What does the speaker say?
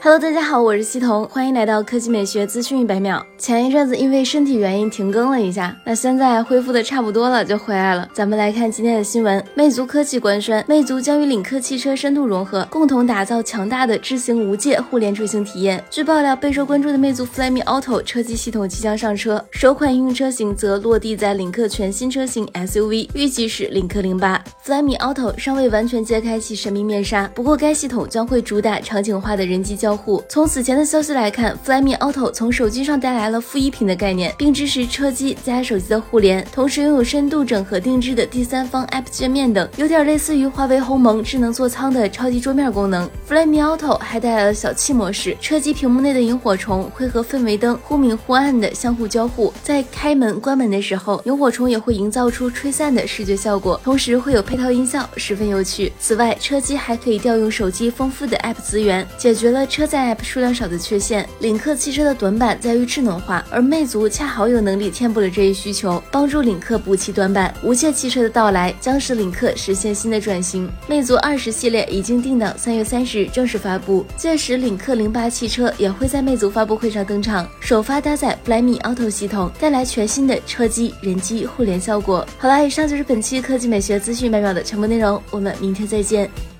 Hello， 大家好，我是西彤，欢迎来到科技美学资讯100秒。前一阵子因为身体原因停更了一下，那现在恢复的差不多了，就回来了。咱们来看今天的新闻。魅族科技官宣，魅族将与领克汽车深度融合，共同打造强大的智行无界互联出行体验。据爆料，备受关注的魅族 Flyme Auto 车机系统即将上车，首款应用车型则落地在领克全新车型 SUV， 预计是领克08。Flyme Auto 尚未完全揭开其神秘面纱，不过该系统将会主打场景化的人机交互。从此前的消息来看 ，Flyme Auto 从手机上带来了负一屏的概念，并支持车机加手机的互联，同时拥有深度整合定制的第三方 App 界面等，有点类似于华为鸿蒙智能座舱的超级桌面功能。Flyme Auto 还带来了小气模式，车机屏幕内的萤火虫会和氛围灯忽明忽暗的相互交互，在开门关门的时候，萤火虫也会营造出吹散的视觉效果，同时会有配套音效，十分有趣。此外，车机还可以调用手机丰富的 App 资源，解决了车载 App 数量少的缺陷。领克汽车的短板在于智能化，而魅族恰好有能力填补了这一需求，帮助领克补齐短板。无界汽车的到来将使领克实现新的转型。魅族20系列已经定档3月30日正式发布，届时领克08汽车也会在魅族发布会上登场，首发搭载 Flyme Auto 系统，带来全新的车机人机互联效果。好啦，以上就是本期科技美学资讯100秒的全部内容，我们明天再见。